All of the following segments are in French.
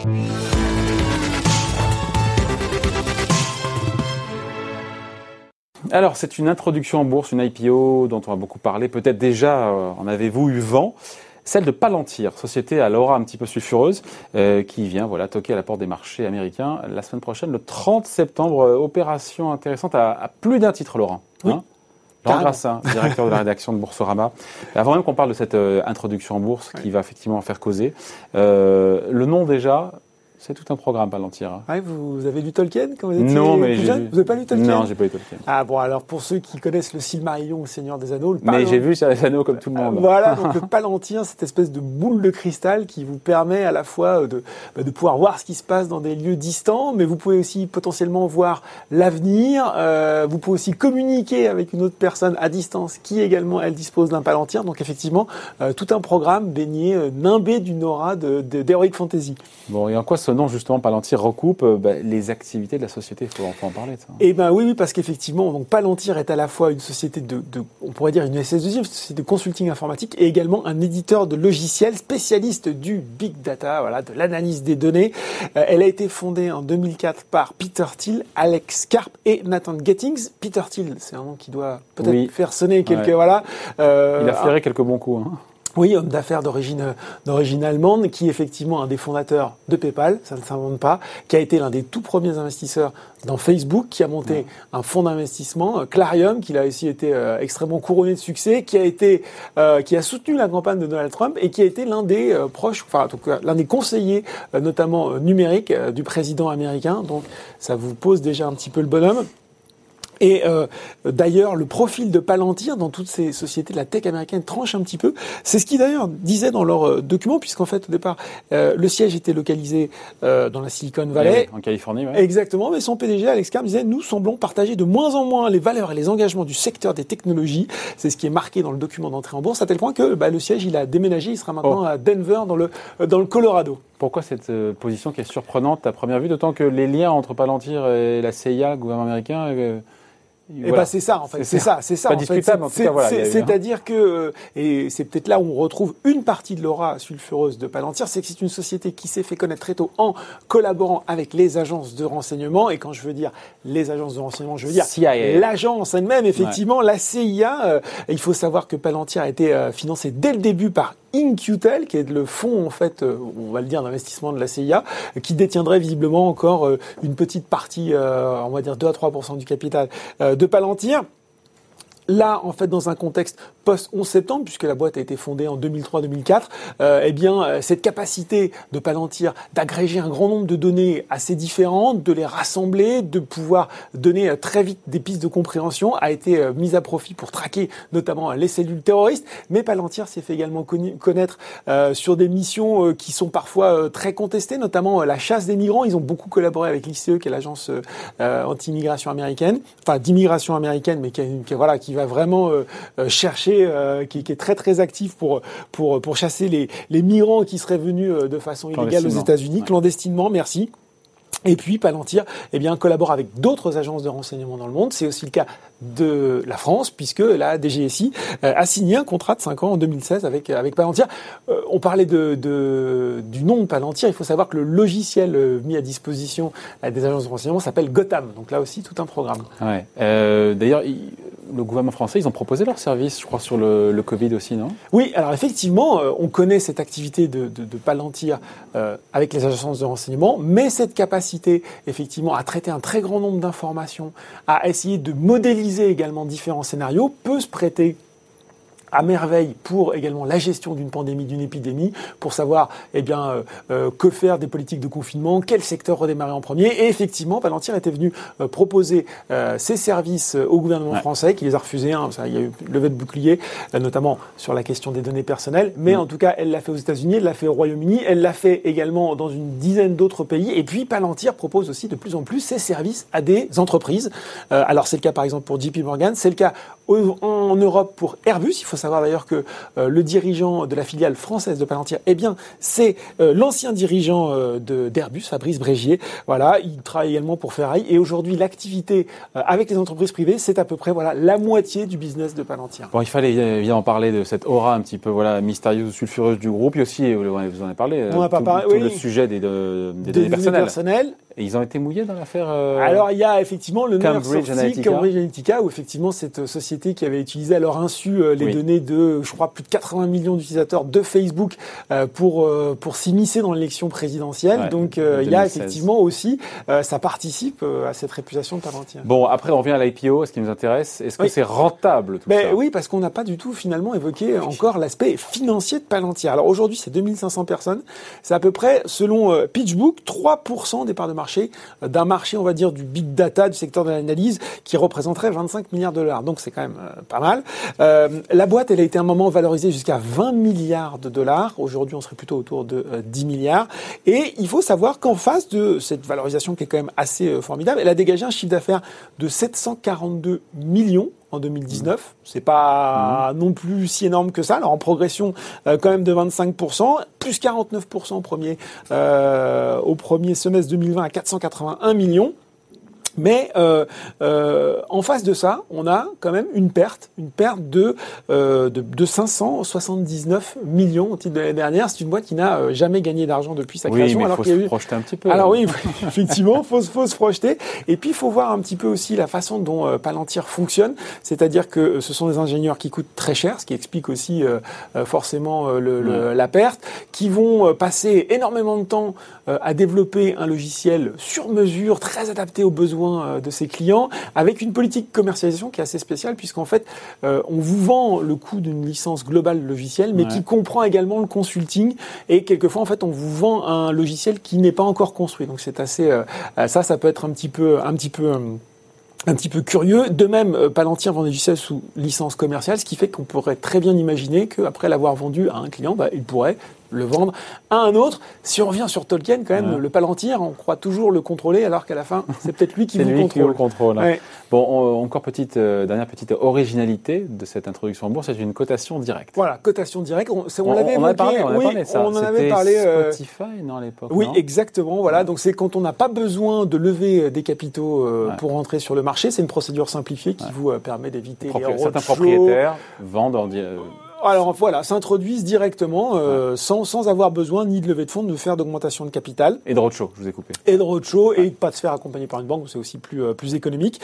Alors, c'est une introduction en bourse, une IPO dont on va beaucoup parler. Peut-être déjà en avez-vous eu vent. Celle de Palantir, société à l'aura un petit peu sulfureuse, qui vient toquer à la porte des marchés américains la semaine prochaine, le 30 septembre. Opération intéressante à plus d'un titre, Laurent. Oui. Laurent Grassin, directeur de la rédaction de Boursorama. Avant même qu'on parle de cette introduction en bourse qui va effectivement faire causer, le nom déjà... C'est tout un programme, Palantir. Ouais, vous avez lu Tolkien quand vous étiez Non, mais plus jeune? Vous n'avez pas lu Tolkien? Non, j'ai pas lu Tolkien. Ah bon, alors pour ceux qui connaissent le Silmarillion, le Seigneur des Anneaux... Mais j'ai vu sur les anneaux comme tout le monde. Voilà, donc le Palantir, cette espèce de boule de cristal qui vous permet à la fois de pouvoir voir ce qui se passe dans des lieux distants, mais vous pouvez aussi potentiellement voir l'avenir. Vous pouvez aussi communiquer avec une autre personne à distance qui également, elle, dispose d'un Palantir. Donc effectivement, tout un programme baigné, nimbé d'une aura d'Heroic Fantasy. Bon, et en quoi ce nom, justement, Palantir recoupe les activités de la société? Il faut en parler de ça. Eh ben oui, parce qu'effectivement, donc Palantir est à la fois une société on pourrait dire une SS2I, une société de consulting informatique, et également un éditeur de logiciels spécialiste du big data, voilà, de l'analyse des données. Elle a été fondée en 2004 par Peter Thiel, Alex Karp et Nathan Gettings. Peter Thiel, c'est un nom qui doit peut-être faire sonner quelques Il a flairé quelques bons coups. Oui, homme d'affaires d'origine allemande, qui est effectivement un des fondateurs de PayPal, ça ne s'invente pas, qui a été l'un des tout premiers investisseurs dans Facebook, qui a monté un fonds d'investissement, Clarium, qui a aussi été extrêmement couronné de succès, qui a soutenu la campagne de Donald Trump et qui a été l'un des l'un des conseillers, notamment numériques, du président américain. Donc, ça vous pose déjà un petit peu le bonhomme. Et d'ailleurs, le profil de Palantir dans toutes ces sociétés de la tech américaine tranche un petit peu. C'est ce qu'ils d'ailleurs disaient dans leur document, puisqu'en fait, au départ, le siège était localisé dans la Silicon Valley. En Californie, oui. Exactement, mais son PDG, Alex Karp, disait « Nous semblons partager de moins en moins les valeurs et les engagements du secteur des technologies. » C'est ce qui est marqué dans le document d'entrée en bourse, à tel point que le siège, il a déménagé, il sera maintenant à Denver, dans le Colorado. Pourquoi cette position qui est surprenante à première vue, d'autant que les liens entre Palantir et la CIA, le gouvernement américain... c'est ça en fait, c'est ça. Pas discutable en tout cas, voilà. C'est-à-dire que, et c'est peut-être là où on retrouve une partie de l'aura sulfureuse de Palantir, c'est que c'est une société qui s'est fait connaître très tôt en collaborant avec les agences de renseignement, et quand je veux dire les agences de renseignement, je veux dire CIA. L'agence elle-même, effectivement, la CIA. Il faut savoir que Palantir a été financé dès le début par In-Q-Tel, qui est le fonds, en fait, on va le dire, d'investissement de la CIA, qui détiendrait visiblement encore une petite partie, on va dire 2 à 3% du capital de Palantir. Là, en fait, dans un contexte post-11 septembre, puisque la boîte a été fondée en 2003-2004, cette capacité de Palantir d'agréger un grand nombre de données assez différentes, de les rassembler, de pouvoir donner très vite des pistes de compréhension, a été mise à profit pour traquer notamment les cellules terroristes. Mais Palantir s'est fait également connaître sur des missions qui sont parfois très contestées, notamment la chasse des migrants. Ils ont beaucoup collaboré avec l'ICE, qui est l'agence anti-immigration américaine, enfin d'immigration américaine, mais qui va vraiment chercher, qui est très très actif pour chasser les migrants qui seraient venus de façon illégale aux États-Unis, clandestinement, merci. Et puis Palantir, collabore avec d'autres agences de renseignement dans le monde. C'est aussi le cas de la France, puisque la DGSI a signé un contrat de 5 ans en 2016 avec Palantir. On parlait du nom de Palantir. Il faut savoir que le logiciel mis à disposition des agences de renseignement s'appelle Gotham. Donc là aussi, tout un programme. Ouais. D'ailleurs, le gouvernement français, ils ont proposé leur service, je crois, sur le Covid aussi, non? Oui, alors effectivement, on connaît cette activité de Palantir avec les agences de renseignement, mais cette capacité, effectivement, à traiter un très grand nombre d'informations, à essayer de modéliser également différents scénarios, peut se prêter à merveille pour également la gestion d'une pandémie, d'une épidémie, pour savoir que faire des politiques de confinement, quel secteur redémarrer en premier. Et effectivement, Palantir était venu proposer ses services au gouvernement français, qui les a refusés. Il y a eu levée de bouclier, notamment sur la question des données personnelles. Mais en tout cas, elle l'a fait aux États-Unis, elle l'a fait au Royaume-Uni, elle l'a fait également dans une dizaine d'autres pays. Et puis, Palantir propose aussi de plus en plus ses services à des entreprises. Alors, c'est le cas par exemple pour JP Morgan, c'est le cas en Europe pour Airbus. Il faut savoir d'ailleurs que le dirigeant de la filiale française de Palantir, eh bien, c'est l'ancien dirigeant d'Airbus, Fabrice Brégier. Voilà, il travaille également pour Ferrari. Et aujourd'hui, l'activité avec les entreprises privées, c'est à peu près la moitié du business de Palantir. Bon, il fallait évidemment parler de cette aura un petit peu mystérieuse ou sulfureuse du groupe. Il y a aussi, vous en avez parlé, on n'a pas parlé, tout le sujet des données personnelles. Et ils ont été mouillés dans l'affaire Alors, il y a effectivement le Cambridge Analytica, où effectivement cette société qui avait utilisé à leur insu les données de, je crois, plus de 80 millions d'utilisateurs de Facebook pour s'immiscer dans l'élection présidentielle. Ouais, donc, il y a effectivement aussi, ça participe à cette réputation de Palantir. Bon, après, on revient à l'IPO, ce qui nous intéresse. Est-ce que c'est rentable tout ça ? Oui, parce qu'on n'a pas du tout finalement évoqué encore l'aspect financier de Palantir. Alors aujourd'hui, c'est 2500 personnes. C'est à peu près, selon PitchBook, 3% des parts de marché d'un marché, on va dire, du big data, du secteur de l'analyse, qui représenterait 25 milliards de dollars. Donc, c'est quand même pas mal. La boîte, elle a été à un moment valorisée jusqu'à 20 milliards de dollars. Aujourd'hui, on serait plutôt autour de 10 milliards. Et il faut savoir qu'en face de cette valorisation qui est quand même assez formidable, elle a dégagé un chiffre d'affaires de 742 millions en 2019. C'est pas non plus si énorme que ça. Alors en progression quand même de 25%, plus 49% au premier semestre 2020 à 481 millions. Mais en face de ça, on a quand même une perte de 579 millions au titre de l'année dernière. C'est une boîte qui n'a jamais gagné d'argent depuis sa création. Oui, mais il faut se projeter un petit peu. Alors oui, effectivement, faut se projeter. Et puis il faut voir un petit peu aussi la façon dont Palantir fonctionne. C'est-à-dire que ce sont des ingénieurs qui coûtent très cher, ce qui explique aussi forcément la perte, qui vont passer énormément de temps à développer un logiciel sur mesure, très adapté aux besoins de ses clients, avec une politique de commercialisation qui est assez spéciale, puisqu'en fait, on vous vend le coût d'une licence globale logicielle, mais qui comprend également le consulting, et quelquefois, en fait, on vous vend un logiciel qui n'est pas encore construit. Donc, c'est assez, ça peut être un petit peu curieux. De même, Palantir vend des logiciels sous licence commerciale, ce qui fait qu'on pourrait très bien imaginer qu'après l'avoir vendu à un client, il pourrait le vendre à un autre. Si on revient sur Tolkien, quand même, le Palantir, on croit toujours le contrôler, alors qu'à la fin, c'est peut-être lui qui vous contrôle. Ouais. Bon, encore dernière petite originalité de cette introduction en bourse, c'est une cotation directe. Voilà, cotation directe. On l'avait évoqué. On en avait parlé. Spotify, non, à l'époque. Oui, exactement. Voilà. Donc c'est quand on n'a pas besoin de lever des capitaux pour rentrer sur le marché. C'est une procédure simplifiée qui vous permet d'éviter les roadshows. Certains propriétaires vendent Alors voilà, s'introduisent directement sans avoir besoin ni de lever de fonds, ni de faire d'augmentation de capital. Et de roadshow, je vous ai coupé. Et de roadshow, et de pas de se faire accompagner par une banque, c'est aussi plus économique.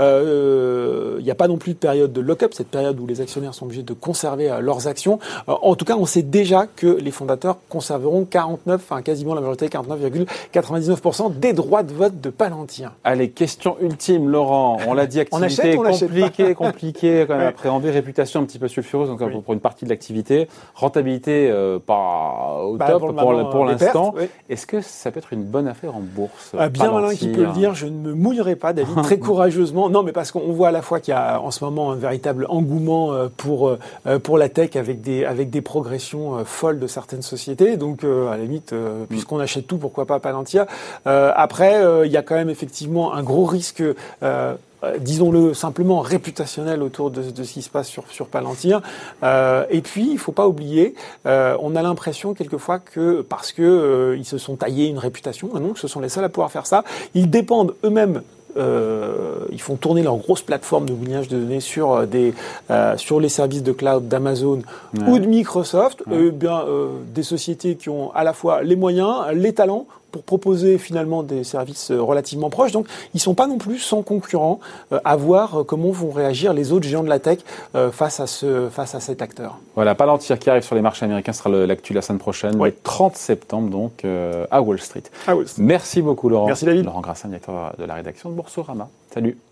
Il n'y a pas non plus de période de lock-up, cette période où les actionnaires sont obligés de conserver leurs actions. En tout cas, on sait déjà que les fondateurs conserveront quasiment la majorité, 49,99% des droits de vote de Palantir. Allez, question ultime, Laurent. On l'a dit, activité compliquée quand même à appréhender, réputation un petit peu sulfureuse, donc pour une partie de l'activité, rentabilité pas au top pour l'instant. Pertes, Est-ce que ça peut être une bonne affaire en bourse ? Bien malin qui peut le dire, je ne me mouillerai pas, David, très courageusement. Non, mais parce qu'on voit à la fois qu'il y a en ce moment un véritable engouement pour la tech avec des progressions folles de certaines sociétés. Donc à la limite, puisqu'on achète tout, pourquoi pas Palantir. Après, il y a quand même effectivement un gros risque. Disons-le simplement réputationnel autour de ce qui se passe sur Palantir. Et puis, il faut pas oublier, on a l'impression quelquefois que parce que ils se sont taillés une réputation, et donc ce sont les seuls à pouvoir faire ça, ils dépendent eux-mêmes. Ils font tourner leur grosse plateforme de bouillage de données sur les services de cloud d'Amazon ou de Microsoft. Des sociétés qui ont à la fois les moyens, les talents pour proposer finalement des services relativement proches. Donc, ils sont pas non plus sans concurrents à voir comment vont réagir les autres géants de la tech face à cet acteur. Voilà, Palantir qui arrive sur les marchés américains sera l'actu la semaine prochaine, le 30 septembre donc à Wall Street. Merci beaucoup Laurent. Merci David. Laurent Grassin, directeur de la rédaction de Boursorama. Salut.